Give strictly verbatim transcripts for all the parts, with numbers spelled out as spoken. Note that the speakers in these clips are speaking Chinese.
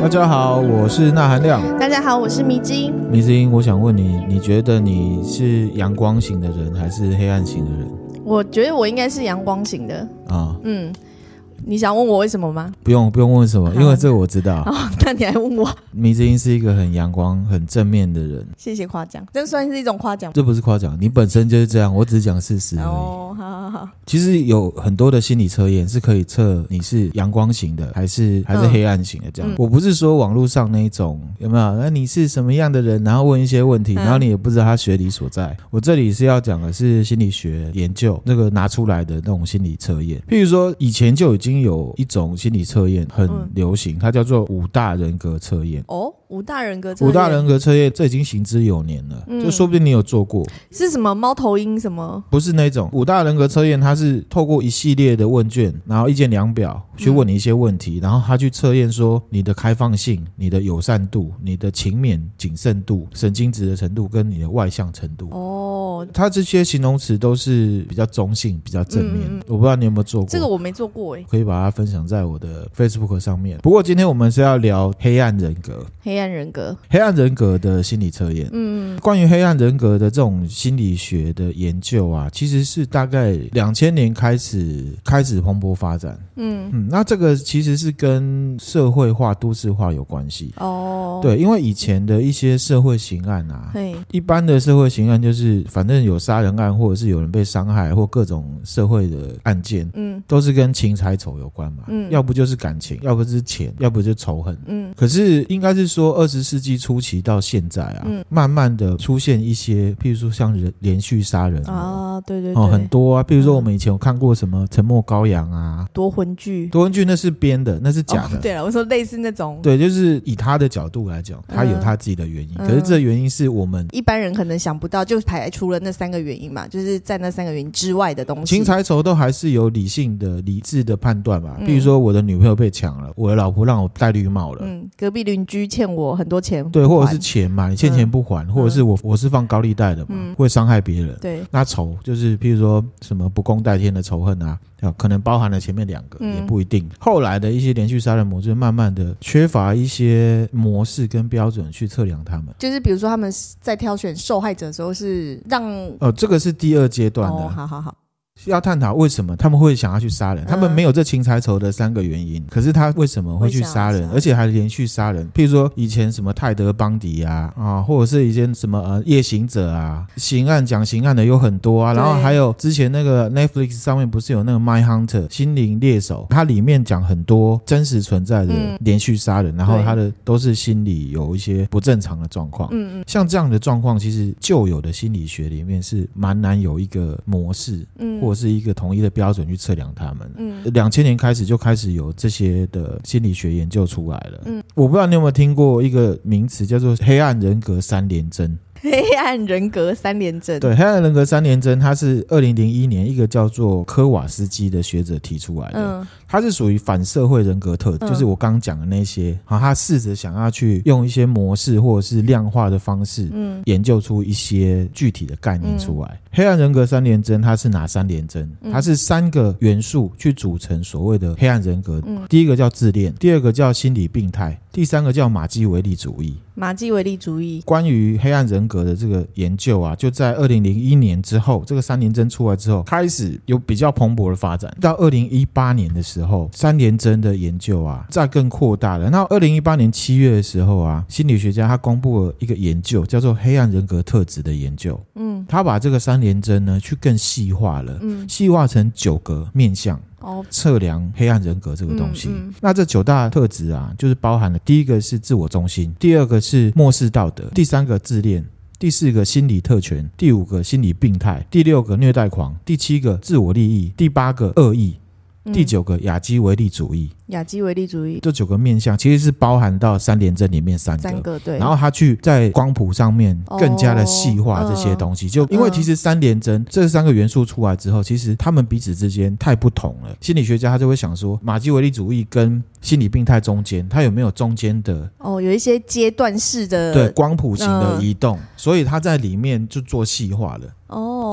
大家好，我是纳含亮。 大家好，我是迷之音。 迷之音，我想问你，你觉得你是阳光型的人还是黑暗型的人？ 我觉得我应该是阳光型的啊。 嗯，你想问我为什么吗？ 不用不用问什么，因为这个我知道。 哦，那你还问我？ 迷之音是一个很阳光很正面的人。 谢谢夸奖，这算是一种夸奖。 这不是夸奖，你本身就是这样，我只是讲事实而已。 哦，好好好。 其实有很多的心理测验是可以测你是阳光型的还是还是黑暗型的这样、嗯、我不是说网络上那一种有没有那你是什么样的人然后问一些问题、嗯、然后你也不知道他学理所在。我这里是要讲的是心理学研究那个拿出来的那种心理测验。譬如说以前就已经有一种心理测验很流行、嗯、它叫做五大人格测验。 哦，五大人格测验， 五大人格测验这已经行之有年了、嗯、就说不定你有做过。 是什么猫头鹰什么？ 不是那种五大人格测验，它是透过一系列的问卷然后意见量表去问你一些问题、嗯、然后他去测验说你的开放性、你的友善度、你的勤勉谨慎度、神经质的程度跟你的外向程度。哦，他这些形容词都是比较中性比较正面、嗯、我不知道你有没有做过。 这个我没做过耶， 可以把它分享在我的 Facebook 上面。不过今天我们是要聊黑暗人格。 黑暗人格黑暗人格的心理测验。嗯，关于黑暗人格的这种心理学的研究啊，其实是大概两千年开始开始蓬勃发展。嗯嗯，那这个其实是跟社会化都市化有关系。哦，对，因为以前的一些社会刑案啊，一般的社会刑案就是反正有杀人案或者是有人被伤害或各种社会的案件，嗯，都是跟情财仇有关嘛。嗯，要不就是感情，要不就是钱，要不就是仇恨。嗯，可是应该是说二十世纪初期到现在啊、嗯、慢慢的出现一些譬如说像人连续杀人啊，对对对、哦、很多啊。譬如说我们以前有看过什么沉默羔羊啊， 夺魂剧。 夺魂剧那是编的，那是假的、哦、 对了，我说类似那种。 对，就是以他的角度来讲他有他自己的原因、嗯、可是这原因是我们一般人可能想不到，就排除了那三个原因嘛，就是在那三个原因之外的东西。 情财仇都还是有理性的理智的判断嘛、嗯、譬如说我的女朋友被抢了，我的老婆让我戴绿帽了，嗯， 隔壁邻居欠我很多钱， 对，或者是钱嘛，你欠钱不还、嗯、或者是我我是放高利贷的嘛、嗯、会伤害别人。对，那仇就是譬如说什么不共戴天的仇恨啊，可能包含了前面两个、嗯、也不一定。后来的一些连续杀人魔就慢慢的缺乏一些模式跟标准去测量他们， 就是比如说他们在挑选受害者的时候是让哦，这个是第二阶段的。 哦，好好好， 要探讨为什么他们会想要去杀人、嗯、他们没有这情财仇的三个原因，可是他为什么会去杀人，而且还连续杀人。譬如说以前什么泰德邦迪啊啊，或者是以前什么呃夜行者啊，刑案讲刑案的有很多啊。然后还有之前那个 Netflix 上面不是有那个 Mindhunter 心灵猎手，它里面讲很多真实存在的连续杀人、嗯、然后他的都是心理有一些不正常的状况。嗯嗯，像这样的状况其实旧有的心理学里面是蛮难有一个模式，嗯，或者是一个统一的标准去测量他们。嗯，两千年开始就开始有这些的心理学研究出来了。嗯，我不知道你有没有听过一个名词叫做黑暗人格三联征。 黑暗人格三联征， 对，黑暗人格三联征，它是二零零一年一个叫做科瓦斯基的学者提出来的。嗯，它是属于反社会人格特质、嗯、就是我刚刚讲的那些。好，他试着想要去用一些模式或者是量化的方式，嗯，研究出一些具体的概念出来。嗯、黑暗人格三联征，它是哪三联征？它是三个元素去组成所谓的黑暗人格。嗯，第一个叫自恋，第二个叫心理病态，第三个叫马基维利主义。 马基维利主义关于黑暗人格的这个研究啊，就在二零零一年之后，这个三联征出来之后开始有比较蓬勃的发展。到二零一八年的时候，三联征的研究啊再更扩大了。那二零一八年七月的时候啊，心理学家他公布了一个研究叫做黑暗人格特质的研究。嗯，他把这个三联征呢去更细化了，嗯，细化成九个面向测量黑暗人格这个东西。嗯嗯，那这九大特质啊，就是包含了第一个是自我中心，第二个是漠视道德，第三个自恋，第四个心理特权，第五个心理病态，第六个虐待狂，第七个自我利益，第八个恶意，第九个亚基维利主义。 亚基维利主义这九个面向其实是包含到三联征里面三个， 三个对。 然后他去在光谱上面更加的细化这些东西，哦、就因为其实三联征、嗯、这三个元素出来之后，其实他们彼此之间太不同了。心理学家他就会想说，马基维利主义跟心理病态中间，它有没有中间的哦，有一些阶段式的对光谱型的移动，嗯、所以他在里面就做细化了。哦，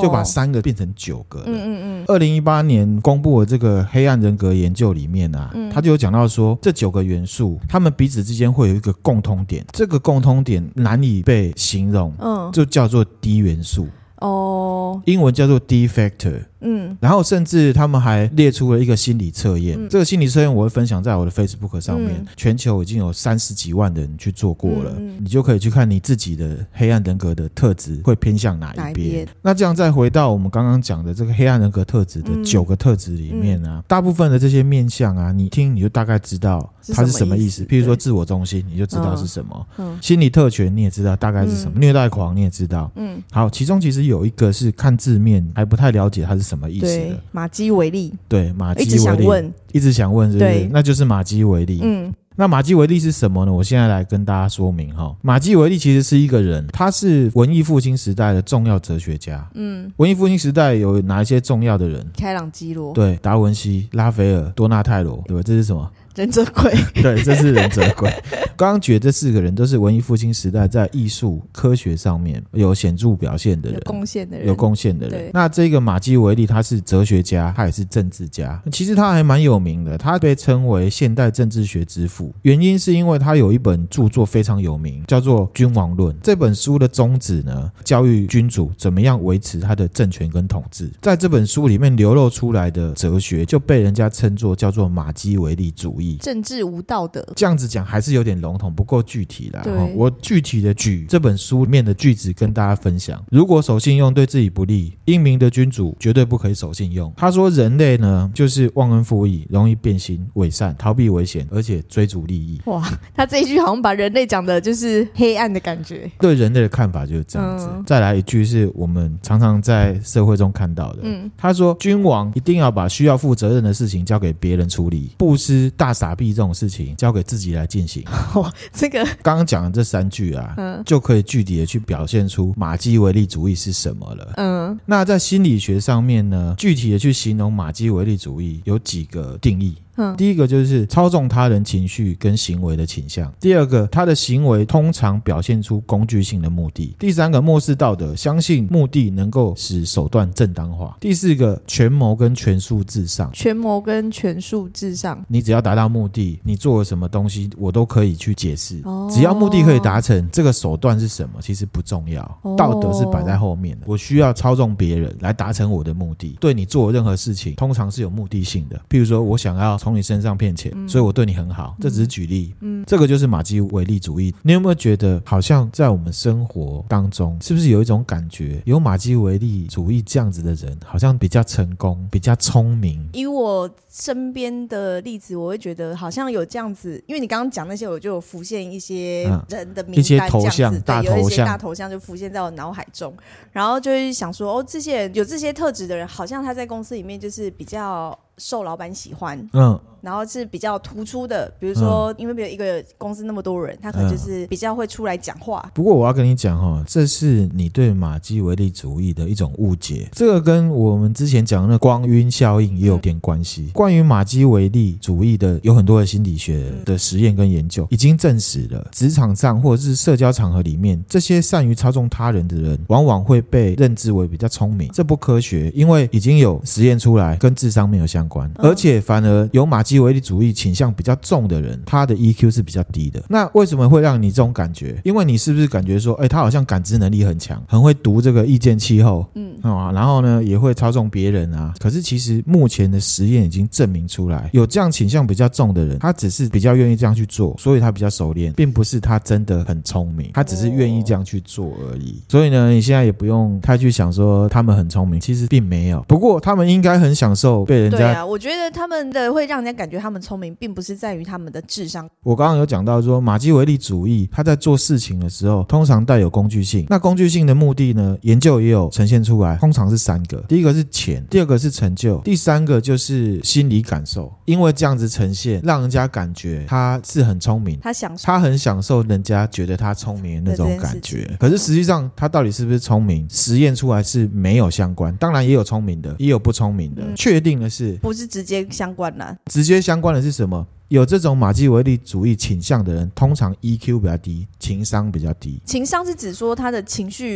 就把三个变成九个了。 嗯嗯嗯。 二零一八年公布的这个黑暗人格研究里面啊，嗯、他就有讲到说，这九个元素，他们彼此之间会有一个共通点，这个共通点难以被形容，嗯，就叫做 D 元素。哦，英文叫做 D factor。嗯，然后甚至他们还列出了一个心理测验、嗯、这个心理测验我会分享在我的 Facebook 上面、嗯、全球已经有三十几万人去做过了、嗯、你就可以去看你自己的黑暗人格的特质会偏向哪一边。那这样再回到我们刚刚讲的这个黑暗人格特质的九个特质里面啊、嗯、大部分的这些面向啊，你听你就大概知道它是什么意思。譬如说自我中心你就知道是什么、嗯、心理特权你也知道大概是什么、嗯、虐待狂你也知道。嗯，好，其中其实有一个是看字面还不太了解它是什么意思的。 对，马基维利。 对，马基维利一直想问一直想问是不是？对，那就是马基维利。嗯，那马基维利是什么呢？我现在来跟大家说明哈。马基维利其实是一个人，他是文艺复兴时代的重要哲学家。嗯，文艺复兴时代有哪一些重要的人？ 开朗基罗。 对，达文西、拉斐尔、多纳泰罗，对吧？这是什么？ 忍者龟。 对，这是忍者龟。刚刚举的这四个人都是文艺复兴时代在艺术科学上面有显著表现的人， 有贡献的人， 有贡献的人。那这个马基维利他是哲学家，他也是政治家，其实他还蛮有名的，他被称为现代政治学之父，原因是因为他有一本著作非常有名，叫做《君王论》。这本书的宗旨呢，教育君主怎么样维持他的政权跟统治。在这本书里面流露出来的哲学就被人家称作叫做马基维利主义， 政治无道德。 这样子讲还是有点笼统，不够具体啦。我具体的举这本书里面的句子跟大家分享。如果守信用对自己不利，英明的君主绝对不可以守信用。他说人类呢就是忘恩负义，容易变心伪善，逃避危险，而且追逐利益。 哇，他这一句好像把人类讲的就是黑暗的感觉。 对人类的看法就是这样子、嗯、再来一句是我们常常在社会中看到的、嗯、他说君王一定要把需要负责任的事情交给别人处理，布施大撒币这种事情交给自己来进行。 哇，这个刚刚讲的这三句啊、嗯、就可以具体的去表现出马基维利主义是什么了。嗯，那在心理学上面呢，具体的去形容马基维利主义有几个定义。嗯、第一个就是操纵他人情绪跟行为的倾向，第二个他的行为通常表现出工具性的目的，第三个漠视道德，相信目的能够使手段正当化，第四个权谋跟权术至上。 权谋跟权术至上， 你只要达到目的，你做了什么东西我都可以去解释、哦、只要目的可以达成，这个手段是什么其实不重要、哦、道德是摆在后面的。我需要操纵别人来达成我的目的，对你做任何事情通常是有目的性的，譬如说我想要从你身上骗钱、嗯、所以我对你很好，这只是举例、嗯、这个就是马基维利主义。你有没有觉得好像在我们生活当中是不是有一种感觉，有马基维利主义这样子的人好像比较成功比较聪明？ 以我身边的例子我会觉得好像有这样子，因为你刚刚讲那些我就有浮现一些人的名单、嗯、一些头像大头像，有一些大头像就浮现在我脑海中，然后就会想说哦，这些人有这些特质的人好像他在公司里面就是比较受老板喜欢，嗯，然后是比较突出的，比如说、嗯、因为比如一个公司那么多人，他可能就是比较会出来讲话、嗯、 不过我要跟你讲哦，这是你对马基维利主义的一种误解，这个跟我们之前讲的光晕效应也有点关系、嗯、关于马基维利主义的有很多的心理学的实验跟研究已经证实了，职场上或者是社交场合里面，这些善于操纵他人的人往往会被认知为比较聪明，这不科学，因为已经有实验出来跟智商没有相关，而且反而有马基维利主义倾向比较重的人，他的 E Q 是比较低的。那为什么会让你这种感觉？因为你是不是感觉说，哎、欸，他好像感知能力很强，很会读这个意见气候，嗯、哦，然后呢也会操纵别人啊。可是其实目前的实验已经证明出来，有这样倾向比较重的人，他只是比较愿意这样去做，所以他比较熟练，并不是他真的很聪明，他只是愿意这样去做而已。所以呢，你现在也不用太去想说他们很聪明，其实并没有。不过他们应该很享受被人家。 对啊，我觉得他们的会让人家感觉他们聪明，并不是在于他们的智商。 我刚刚有讲到说，马基维利主义他在做事情的时候，通常带有工具性。那工具性的目的呢，研究也有呈现出来，通常是三个：第一个是钱，第二个是成就，第三个就是心理感受。因为这样子呈现，让人家感觉他是很聪明， 他享受， 他很享受人家觉得他聪明的那种感觉。可是实际上他到底是不是聪明，实验出来是没有相关。当然也有聪明的，也有不聪明的。确、嗯、定的是， 不是直接相关啦。 直接相关的是什么？有这种马基维利主义倾向的人，通常 E Q 比较低，情商比较低。 情商是指说他的情绪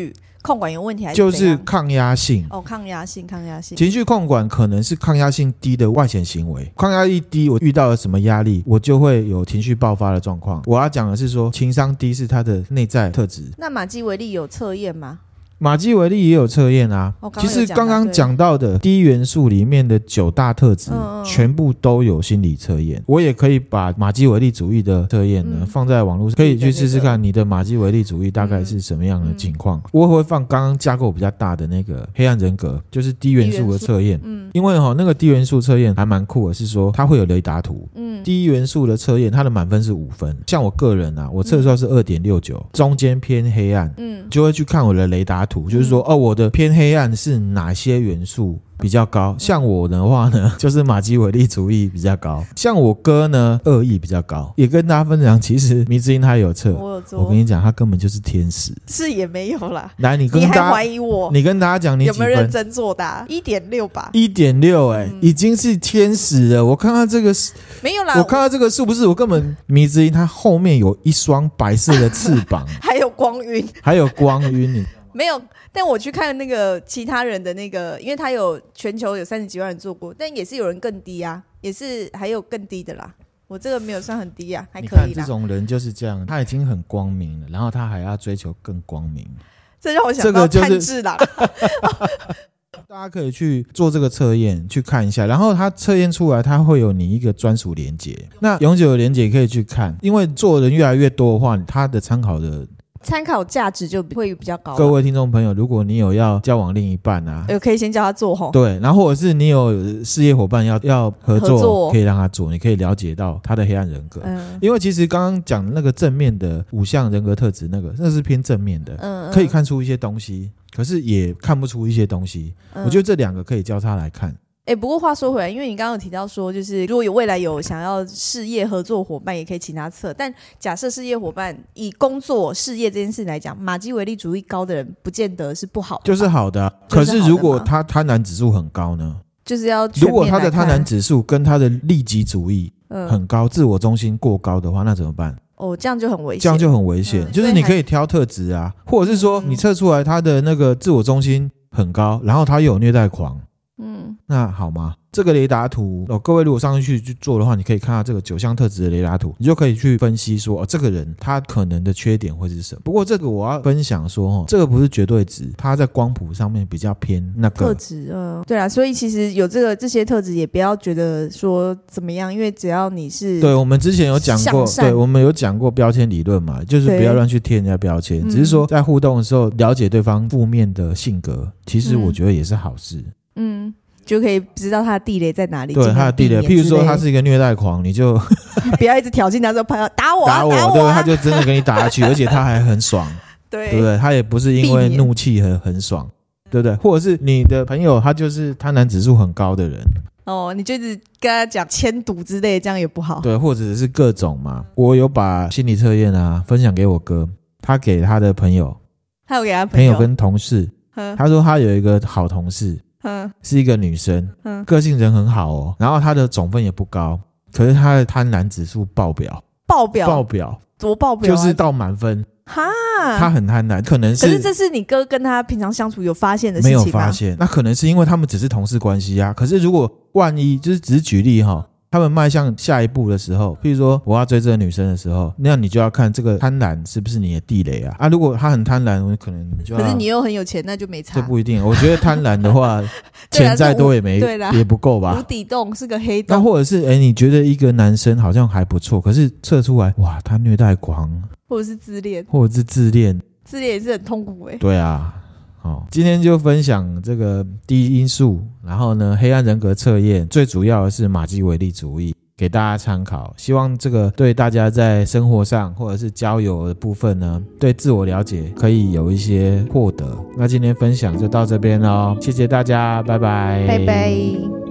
控管有问题还是就是抗压性哦，抗压性抗压性情绪控管可能是抗压性低的外显行为，抗压力低，我遇到了什么压力我就会有情绪爆发的状况。我要讲的是说情商低是他的内在特质。 那马基维利有测验吗？ 马基维利也有测验啊、 哦、刚刚其实刚刚讲到的低元素里面的九大特质、嗯、全部都有心理测验。我也可以把马基维利主义的测验呢、嗯、放在网络上，可以去试试看你的马基维利主义大概是什么样的情况、嗯、我会放刚刚架构比较大的那个黑暗人格，就是低元素的测验。嗯，因为、哦、那个低元素测验还蛮酷的，是说它会有雷达图。嗯，低元素的测验它的满分是五分，像我个人啊，我测出来是 二点六九， 中间偏黑暗。嗯，就会去看我的雷达图，就是说哦，我的偏黑暗是哪些元素比较高。像我的话呢，就是马基维利主义比较高。像我哥呢，恶意比较高。也跟大家分享，其实迷之音他有测， 我有做。 我跟你讲，他根本就是天使。 是也没有啦。 来，你跟大家， 你还怀疑我？ 你跟大家讲，你几分？ 有没有认真作答？一点六吧。 一点六，哎，已经是天使了。我看到这个没有啦， 我看到这个是不是？我根本迷之音，它后面有一双白色的翅膀， 还有光晕， 还有光晕，你。 没有，但我去看那个其他人的那个，因为他有全球有三十几万人做过，但也是有人更低啊，也是还有更低的啦。我这个没有算很低啊，还可以啦。 你看这种人就是这样，他已经很光明了，然后他还要追求更光明。 这让我想到炭治郎。 大家可以去做这个测验去看一下，然后它测验出来它会有你一个专属连结，那永久的连结可以去看，因为做的人越来越多的话，它的参考的参考价值就会比较高。 各位听众朋友，如果你有要交往另一半啊， 可以先叫他做吼。 对，然后或者是你有事业伙伴要要合作，合作可以让他做，你可以了解到他的黑暗人格。嗯，因为其实刚刚讲那个正面的五项人格特质，那个那是偏正面的，嗯，可以看出一些东西，可是也看不出一些东西。嗯，我觉得这两个可以交叉来看。 欸，不过话说回来，因为你刚刚有提到说，就是如果有未来有想要事业合作伙伴，也可以请他测。但假设事业伙伴以工作事业这件事来讲，马基维利主义高的人不见得是不好的， 就是好的、啊。可是如果他贪婪指数很高呢？ 就是要如果他的贪婪指数跟他的利己主义很高、嗯、自我中心过高的话，那怎么办？ 哦，这样就很危险， 这样就很危险、嗯。就是你可以挑特质啊，或者是说你测出来他的那个自我中心很高，然后他又有虐待狂。嗯，那好吗？这个雷达图哦，各位如果上去去做的话，你可以看到这个九项特质的雷达图，你就可以去分析说，哦，这个人他可能的缺点会是什么。不过这个我要分享说，哦，这个不是绝对值，它在光谱上面比较偏那个特质。嗯，对啊，所以其实有这个这些特质，也不要觉得说怎么样，因为只要你是对，我们之前有讲过，对，我们有讲过标签理论嘛，就是不要乱去贴人家标签，只是说在互动的时候了解对方负面的性格，其实我觉得也是好事。嗯。 就可以知道他的地雷在哪里。 对，他的地雷，譬如说他是一个虐待狂，你就不要一直挑衅他说朋友打我、啊、 打我， 打我、啊、 对，他就真的给你打下去，而且他还很爽，对，对不对？他也不是因为怒气很很爽，对不对？或者是你的朋友他就是贪婪指数很高的人， 哦，你就一直跟他讲迁赌之类，这样也不好。 对，或者是各种嘛。我有把心理测验啊分享给我哥，他给他的朋友， 他有给他朋友跟同事，他说他有一个好同事。嗯，是一个女生，嗯，个性人很好哦，然后她的总分也不高，可是她的贪婪指数爆表， 爆表， 爆表， 多爆表、啊， 就是到满分。哈，她很贪婪，可能是， 可是这是你哥跟他平常相处有发现的事情吗？ 没有发现，那可能是因为他们只是同事关系啊。可是如果万一就是只是举例哈。他们迈向下一步的时候，譬如说我要追这个女生的时候，那你就要看这个贪婪是不是你的地雷啊啊！如果他很贪婪，可能你就要， 可是你又很有钱，那就没差。 这不一定，我觉得贪婪的话，钱再多也没也不够吧。 无底洞是个黑洞。 那或者是哎，你觉得一个男生好像还不错，可是测出来哇，他虐待狂， 或者是自恋， 或者是自恋， 自恋也是很痛苦哎、欸。 对啊。哦，今天就分享这个第一因素，然后呢，黑暗人格测验最主要的是马基维利主义，给大家参考。希望这个对大家在生活上或者是交友的部分呢，对自我了解可以有一些获得。那今天分享就到这边咯，谢谢大家，拜拜， 拜拜。